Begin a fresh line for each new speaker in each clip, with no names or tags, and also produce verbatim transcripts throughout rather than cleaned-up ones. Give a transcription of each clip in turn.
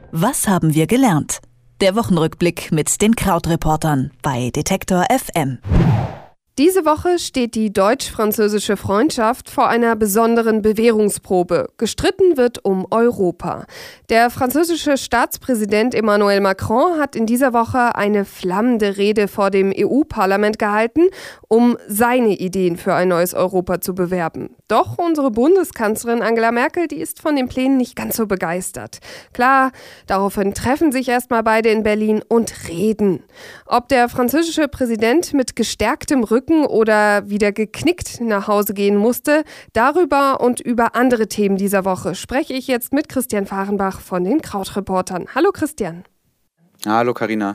Was haben wir gelernt? Der Wochenrückblick mit den Krautreportern bei Detektor F M.
Diese Woche steht die deutsch-französische Freundschaft vor einer besonderen Bewährungsprobe. Gestritten wird um Europa. Der französische Staatspräsident Emmanuel Macron hat in dieser Woche eine flammende Rede vor dem E U-Parlament gehalten, um seine Ideen für ein neues Europa zu bewerben. Doch unsere Bundeskanzlerin Angela Merkel, die ist von den Plänen nicht ganz so begeistert. Klar, daraufhin treffen sich erstmal beide in Berlin und reden. Ob der französische Präsident mit gestärktem Rücken oder wieder geknickt nach Hause gehen musste, darüber und über andere Themen dieser Woche spreche ich jetzt mit Christian Fahrenbach von den Krautreportern. Hallo Christian.
Hallo Carina.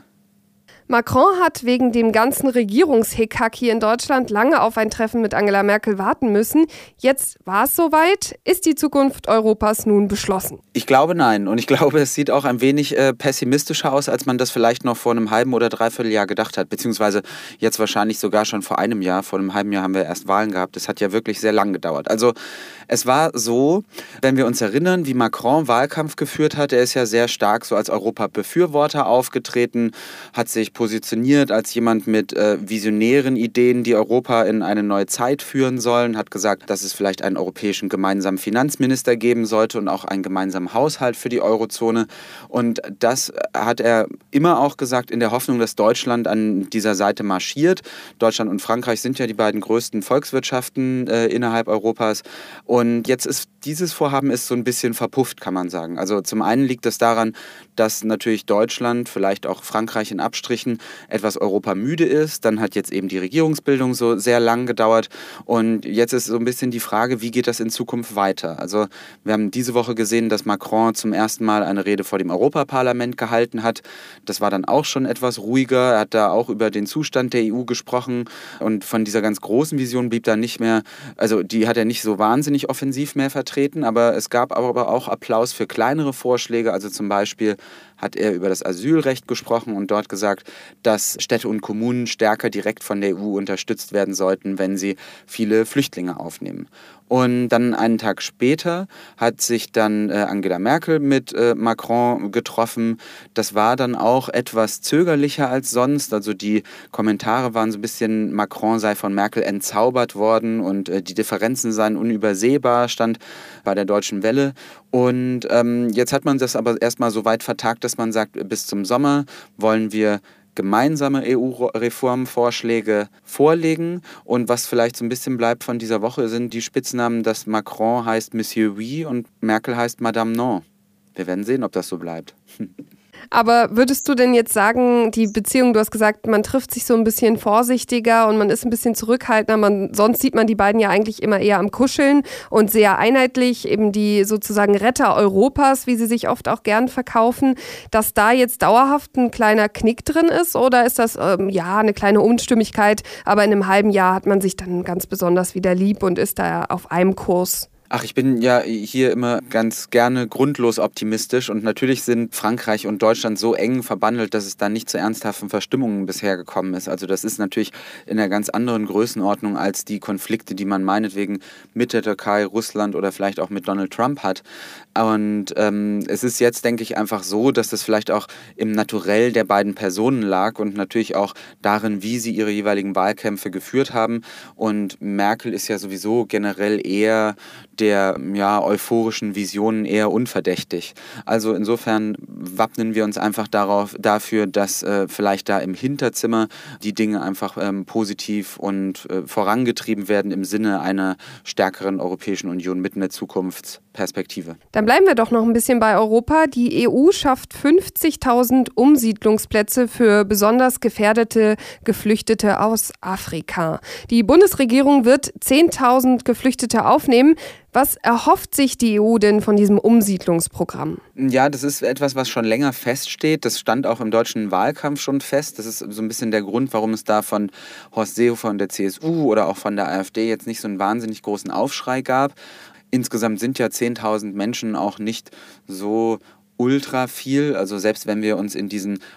Macron hat wegen dem ganzen Regierungshickhack hier in Deutschland lange auf ein Treffen mit Angela Merkel warten müssen. Jetzt war es soweit. Ist die Zukunft Europas nun beschlossen?
Ich glaube nein. Und ich glaube, es sieht auch ein wenig äh, pessimistischer aus, als man das vielleicht noch vor einem halben oder dreiviertel Jahr gedacht hat. Beziehungsweise jetzt wahrscheinlich sogar schon vor einem Jahr. Vor einem halben Jahr haben wir erst Wahlen gehabt. Das hat ja wirklich sehr lang gedauert. Also es war so, wenn wir uns erinnern, wie Macron Wahlkampf geführt hat. Er ist ja sehr stark so als Europa-Befürworter aufgetreten, hat sich positioniert als jemand mit äh, visionären Ideen, die Europa in eine neue Zeit führen sollen, hat gesagt, dass es vielleicht einen europäischen gemeinsamen Finanzminister geben sollte und auch einen gemeinsamen Haushalt für die Eurozone. Und das hat er immer auch gesagt in der Hoffnung, dass Deutschland an dieser Seite marschiert. Deutschland und Frankreich sind ja die beiden größten Volkswirtschaften äh, innerhalb Europas. Und jetzt ist dieses Vorhaben ist so ein bisschen verpufft, kann man sagen. Also zum einen liegt es daran, dass natürlich Deutschland, vielleicht auch Frankreich in Abstrichen, etwas europamüde ist. Dann hat jetzt eben die Regierungsbildung so sehr lang gedauert. Und jetzt ist so ein bisschen die Frage, wie geht das in Zukunft weiter? Also wir haben diese Woche gesehen, dass Macron zum ersten Mal eine Rede vor dem Europaparlament gehalten hat. Das war dann auch schon etwas ruhiger. Er hat da auch über den Zustand der E U gesprochen. Und von dieser ganz großen Vision blieb da nicht mehr, also die hat er nicht so wahnsinnig offensiv mehr vertreten. Aber es gab aber auch Applaus für kleinere Vorschläge. Also zum Beispiel hat er über das Asylrecht gesprochen und dort gesagt, dass Städte und Kommunen stärker direkt von der E U unterstützt werden sollten, wenn sie viele Flüchtlinge aufnehmen. Und dann einen Tag später hat sich dann äh, Angela Merkel mit äh, Macron getroffen. Das war dann auch etwas zögerlicher als sonst. Also die Kommentare waren so ein bisschen, Macron sei von Merkel entzaubert worden und äh, die Differenzen seien unübersehbar, stand bei der Deutschen Welle. Und ähm, jetzt hat man das aber erstmal so weit vertagt, dass man sagt, bis zum Sommer wollen wir gemeinsame E U-Reformvorschläge vorlegen. Und was vielleicht so ein bisschen bleibt von dieser Woche, sind die Spitznamen, dass Macron heißt Monsieur Oui und Merkel heißt Madame Non. Wir werden sehen, ob das so bleibt.
Aber würdest du denn jetzt sagen, die Beziehung, du hast gesagt, man trifft sich so ein bisschen vorsichtiger und man ist ein bisschen zurückhaltender. Man, sonst sieht man die beiden ja eigentlich immer eher am Kuscheln und sehr einheitlich, eben die sozusagen Retter Europas, wie sie sich oft auch gern verkaufen, dass da jetzt dauerhaft ein kleiner Knick drin ist? Oder ist das ähm, ja eine kleine Unstimmigkeit, aber in einem halben Jahr hat man sich dann ganz besonders wieder lieb und ist da auf einem Kurs?
Ach, ich bin ja hier immer ganz gerne grundlos optimistisch und natürlich sind Frankreich und Deutschland so eng verbandelt, dass es da nicht zu ernsthaften Verstimmungen bisher gekommen ist. Also das ist natürlich in einer ganz anderen Größenordnung als die Konflikte, die man meinetwegen mit der Türkei, Russland oder vielleicht auch mit Donald Trump hat. Und ähm, es ist jetzt, denke ich, einfach so, dass das vielleicht auch im Naturell der beiden Personen lag und natürlich auch darin, wie sie ihre jeweiligen Wahlkämpfe geführt haben. Und Merkel ist ja sowieso generell eher der ja, euphorischen Visionen eher unverdächtig. Also insofern wappnen wir uns einfach darauf, dafür, dass äh, vielleicht da im Hinterzimmer die Dinge einfach ähm, positiv und äh, vorangetrieben werden im Sinne einer stärkeren Europäischen Union mit einer Zukunftsperspektive.
Dann bleiben wir doch noch ein bisschen bei Europa. Die E U schafft fünfzigtausend Umsiedlungsplätze für besonders gefährdete Geflüchtete aus Afrika. Die Bundesregierung wird zehntausend Geflüchtete aufnehmen. Was erhofft sich die E U denn von diesem Umsiedlungsprogramm?
Ja, das ist etwas, was schon länger feststeht. Das stand auch im deutschen Wahlkampf schon fest. Das ist so ein bisschen der Grund, warum es da von Horst Seehofer und der C S U oder auch von der AfD jetzt nicht so einen wahnsinnig großen Aufschrei gab. Insgesamt sind ja zehntausend Menschen auch nicht so ultra viel. Also selbst wenn wir uns in diesen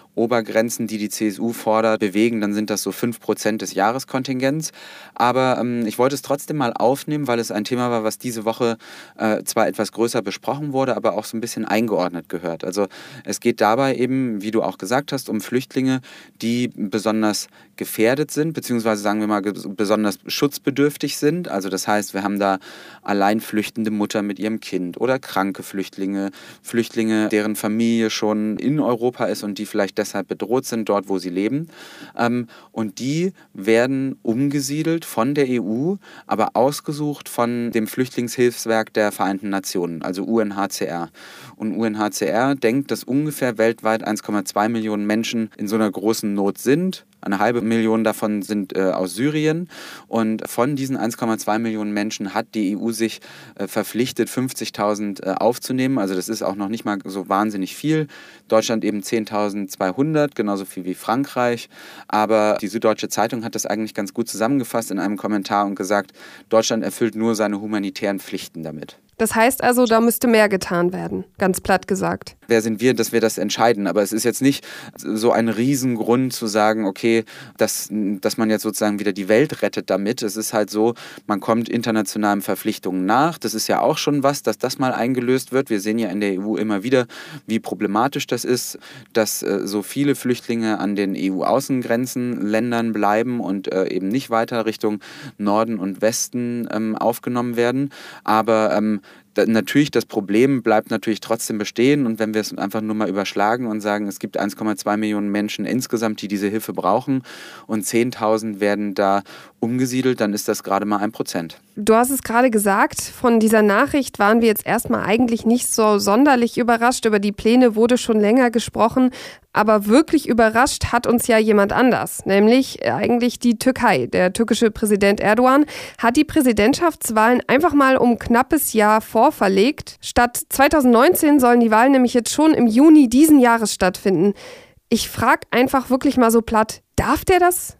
Obergrenzen, die die C S U fordert, bewegen, dann sind das so fünf Prozent des Jahreskontingents. Aber ähm, ich wollte es trotzdem mal aufnehmen, weil es ein Thema war, was diese Woche äh, zwar etwas größer besprochen wurde, aber auch so ein bisschen eingeordnet gehört. Also es geht dabei eben, wie du auch gesagt hast, um Flüchtlinge, die besonders gefährdet sind, beziehungsweise sagen wir mal besonders schutzbedürftig sind. Also das heißt, wir haben da allein flüchtende Mutter mit ihrem Kind oder kranke Flüchtlinge, Flüchtlinge, deren Familie schon in Europa ist und die vielleicht deshalb bedroht sind, dort wo sie leben. Ähm, und die werden umgesiedelt von der E U, aber ausgesucht von dem Flüchtlingshilfswerk der Vereinten Nationen, also U N H C R. Und U N H C R denkt, dass ungefähr weltweit eins Komma zwei Millionen Menschen in so einer großen Not sind. Eine halbe Million davon sind äh, aus Syrien. Und von diesen eins Komma zwei Millionen Menschen hat die E U sich äh, verpflichtet, fünfzigtausend äh, aufzunehmen. Also das ist auch noch nicht mal so wahnsinnig viel. Deutschland eben zehntausendzweihundert, genauso viel wie Frankreich. Aber die Süddeutsche Zeitung hat das eigentlich ganz gut zusammengefasst in einem Kommentar und gesagt, Deutschland erfüllt nur seine humanitären Pflichten damit.
Das heißt also, da müsste mehr getan werden, ganz platt gesagt.
Wer sind wir, dass wir das entscheiden? Aber es ist jetzt nicht so ein Riesengrund zu sagen, okay, dass, dass man jetzt sozusagen wieder die Welt rettet damit. Es ist halt so, man kommt internationalen Verpflichtungen nach. Das ist ja auch schon was, dass das mal eingelöst wird. Wir sehen ja in der E U immer wieder, wie problematisch das ist, dass äh, so viele Flüchtlinge an den E U-Außengrenzen, Ländern bleiben und äh, eben nicht weiter Richtung Norden und Westen ähm, aufgenommen werden. Aber ähm, Da, natürlich, das Problem bleibt natürlich trotzdem bestehen und wenn wir es einfach nur mal überschlagen und sagen, es gibt eins Komma zwei Millionen Menschen insgesamt, die diese Hilfe brauchen und zehntausend werden da umgesiedelt, dann ist das gerade mal ein Prozent.
Du hast es gerade gesagt, von dieser Nachricht waren wir jetzt erstmal eigentlich nicht so sonderlich überrascht. Über die Pläne wurde schon länger gesprochen, aber wirklich überrascht hat uns ja jemand anders, nämlich eigentlich die Türkei. Der türkische Präsident Erdogan hat die Präsidentschaftswahlen einfach mal um ein knappes Jahr vorverlegt. Statt zweitausendneunzehn sollen die Wahlen nämlich jetzt schon im Juni diesen Jahres stattfinden. Ich frage einfach wirklich mal so platt, darf der das?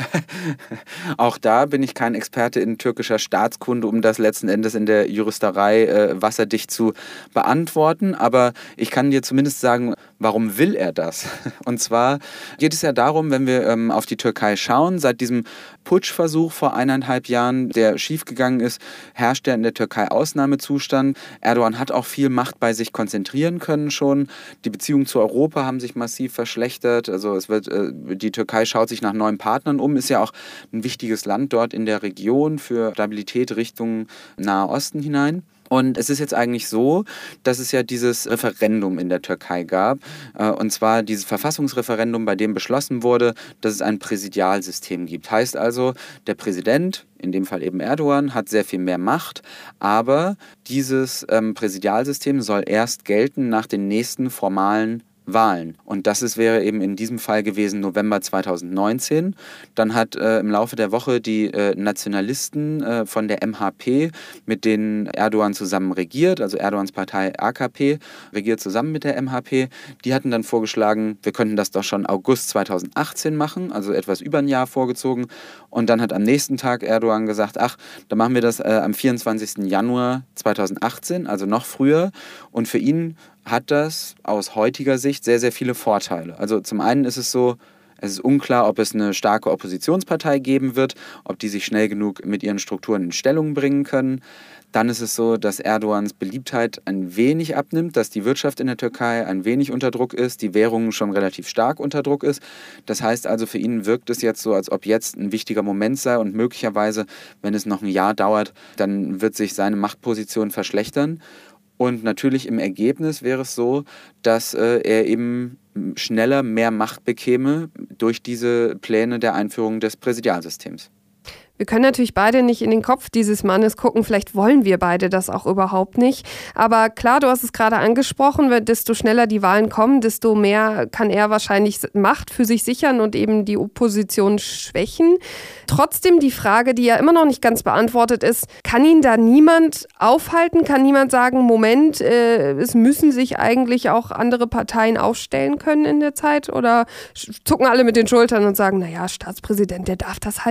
Auch da bin ich kein Experte in türkischer Staatskunde, um das letzten Endes in der Juristerei äh, wasserdicht zu beantworten. Aber ich kann dir zumindest sagen, warum will er das? Und zwar geht es ja darum, wenn wir ähm, auf die Türkei schauen, seit diesem Putschversuch vor eineinhalb Jahren, der schiefgegangen ist, herrscht ja in der Türkei Ausnahmezustand. Erdogan hat auch viel Macht bei sich konzentrieren können schon. Die Beziehungen zu Europa haben sich massiv verschlechtert. Also es wird, äh, die Türkei schaut sich nach neuen Partnern um, ist ja auch ein wichtiges Land dort in der Region für Stabilität Richtung Nahe Osten hinein. Und es ist jetzt eigentlich so, dass es ja dieses Referendum in der Türkei gab, und zwar dieses Verfassungsreferendum, bei dem beschlossen wurde, dass es ein Präsidialsystem gibt. Heißt also, der Präsident, in dem Fall eben Erdogan, hat sehr viel mehr Macht, aber dieses ähm, Präsidialsystem soll erst gelten nach den nächsten formalen Wahlen. Und das ist, wäre eben in diesem Fall gewesen November zweitausendneunzehn. Dann hat äh, im Laufe der Woche die äh, Nationalisten äh, von der M H P, mit denen Erdogan zusammen regiert, also Erdogans Partei A K P, regiert zusammen mit der M H P. Die hatten dann vorgeschlagen, wir könnten das doch schon August zweitausendachtzehn machen, also etwas über ein Jahr vorgezogen. Und dann hat am nächsten Tag Erdogan gesagt, ach, dann machen wir das äh, am vierundzwanzigsten Januar zweitausendachtzehn, also noch früher. Und für ihn hat das aus heutiger Sicht sehr, sehr viele Vorteile. Also zum einen ist es so, es ist unklar, ob es eine starke Oppositionspartei geben wird, ob die sich schnell genug mit ihren Strukturen in Stellung bringen können. Dann ist es so, dass Erdogans Beliebtheit ein wenig abnimmt, dass die Wirtschaft in der Türkei ein wenig unter Druck ist, die Währung schon relativ stark unter Druck ist. Das heißt also, für ihn wirkt es jetzt so, als ob jetzt ein wichtiger Moment sei und möglicherweise, wenn es noch ein Jahr dauert, dann wird sich seine Machtposition verschlechtern. Und natürlich im Ergebnis wäre es so, dass äh, er eben schneller mehr Macht bekäme durch diese Pläne der Einführung des Präsidialsystems.
Wir können natürlich beide nicht in den Kopf dieses Mannes gucken, vielleicht wollen wir beide das auch überhaupt nicht. Aber klar, du hast es gerade angesprochen, desto schneller die Wahlen kommen, desto mehr kann er wahrscheinlich Macht für sich sichern und eben die Opposition schwächen. Trotzdem die Frage, die ja immer noch nicht ganz beantwortet ist, kann ihn da niemand aufhalten? Kann niemand sagen, Moment, äh, es müssen sich eigentlich auch andere Parteien aufstellen können in der Zeit? Oder zucken alle mit den Schultern und sagen, naja, Staatspräsident, der darf das halt?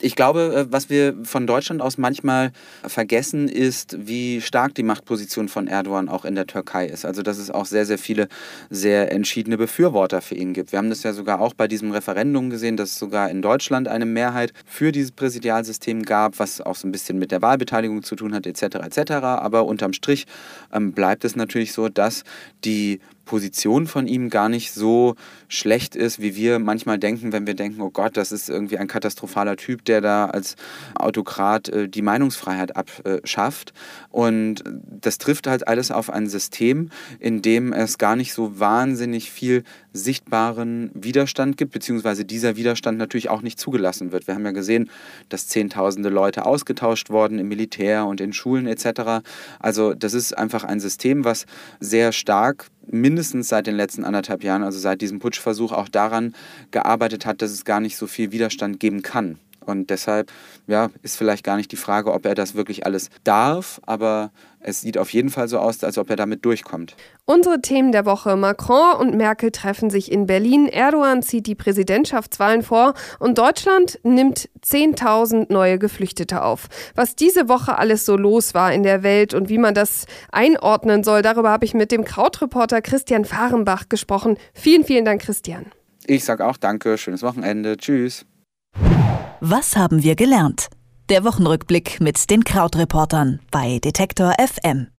Ich glaube, was wir von Deutschland aus manchmal vergessen, ist, wie stark die Machtposition von Erdogan auch in der Türkei ist. Also dass es auch sehr, sehr viele sehr entschiedene Befürworter für ihn gibt. Wir haben das ja sogar auch bei diesem Referendum gesehen, dass es sogar in Deutschland eine Mehrheit für dieses Präsidialsystem gab, was auch so ein bisschen mit der Wahlbeteiligung zu tun hat, et cetera et cetera. Aber unterm Strich ähm, bleibt es natürlich so, dass die Position von ihm gar nicht so schlecht ist, wie wir manchmal denken, wenn wir denken, oh Gott, das ist irgendwie ein katastrophaler Typ, der da als Autokrat äh, die Meinungsfreiheit abschafft. Und das trifft halt alles auf ein System, in dem es gar nicht so wahnsinnig viel sichtbaren Widerstand gibt, beziehungsweise dieser Widerstand natürlich auch nicht zugelassen wird. Wir haben ja gesehen, dass zehntausende Leute ausgetauscht wurden im Militär und in Schulen et cetera. Also das ist einfach ein System, was sehr stark mindestens seit den letzten anderthalb Jahren, also seit diesem Putschversuch, auch daran gearbeitet hat, dass es gar nicht so viel Widerstand geben kann. Und deshalb ja, ist vielleicht gar nicht die Frage, ob er das wirklich alles darf, aber es sieht auf jeden Fall so aus, als ob er damit durchkommt.
Unsere Themen der Woche: Macron und Merkel treffen sich in Berlin, Erdogan zieht die Präsidentschaftswahlen vor und Deutschland nimmt zehntausend neue Geflüchtete auf. Was diese Woche alles so los war in der Welt und wie man das einordnen soll, darüber habe ich mit dem Krautreporter Christian Fahrenbach gesprochen. Vielen, vielen Dank, Christian.
Ich sage auch danke, schönes Wochenende, tschüss.
Was haben wir gelernt? Der Wochenrückblick mit den Krautreportern bei Detektor F M.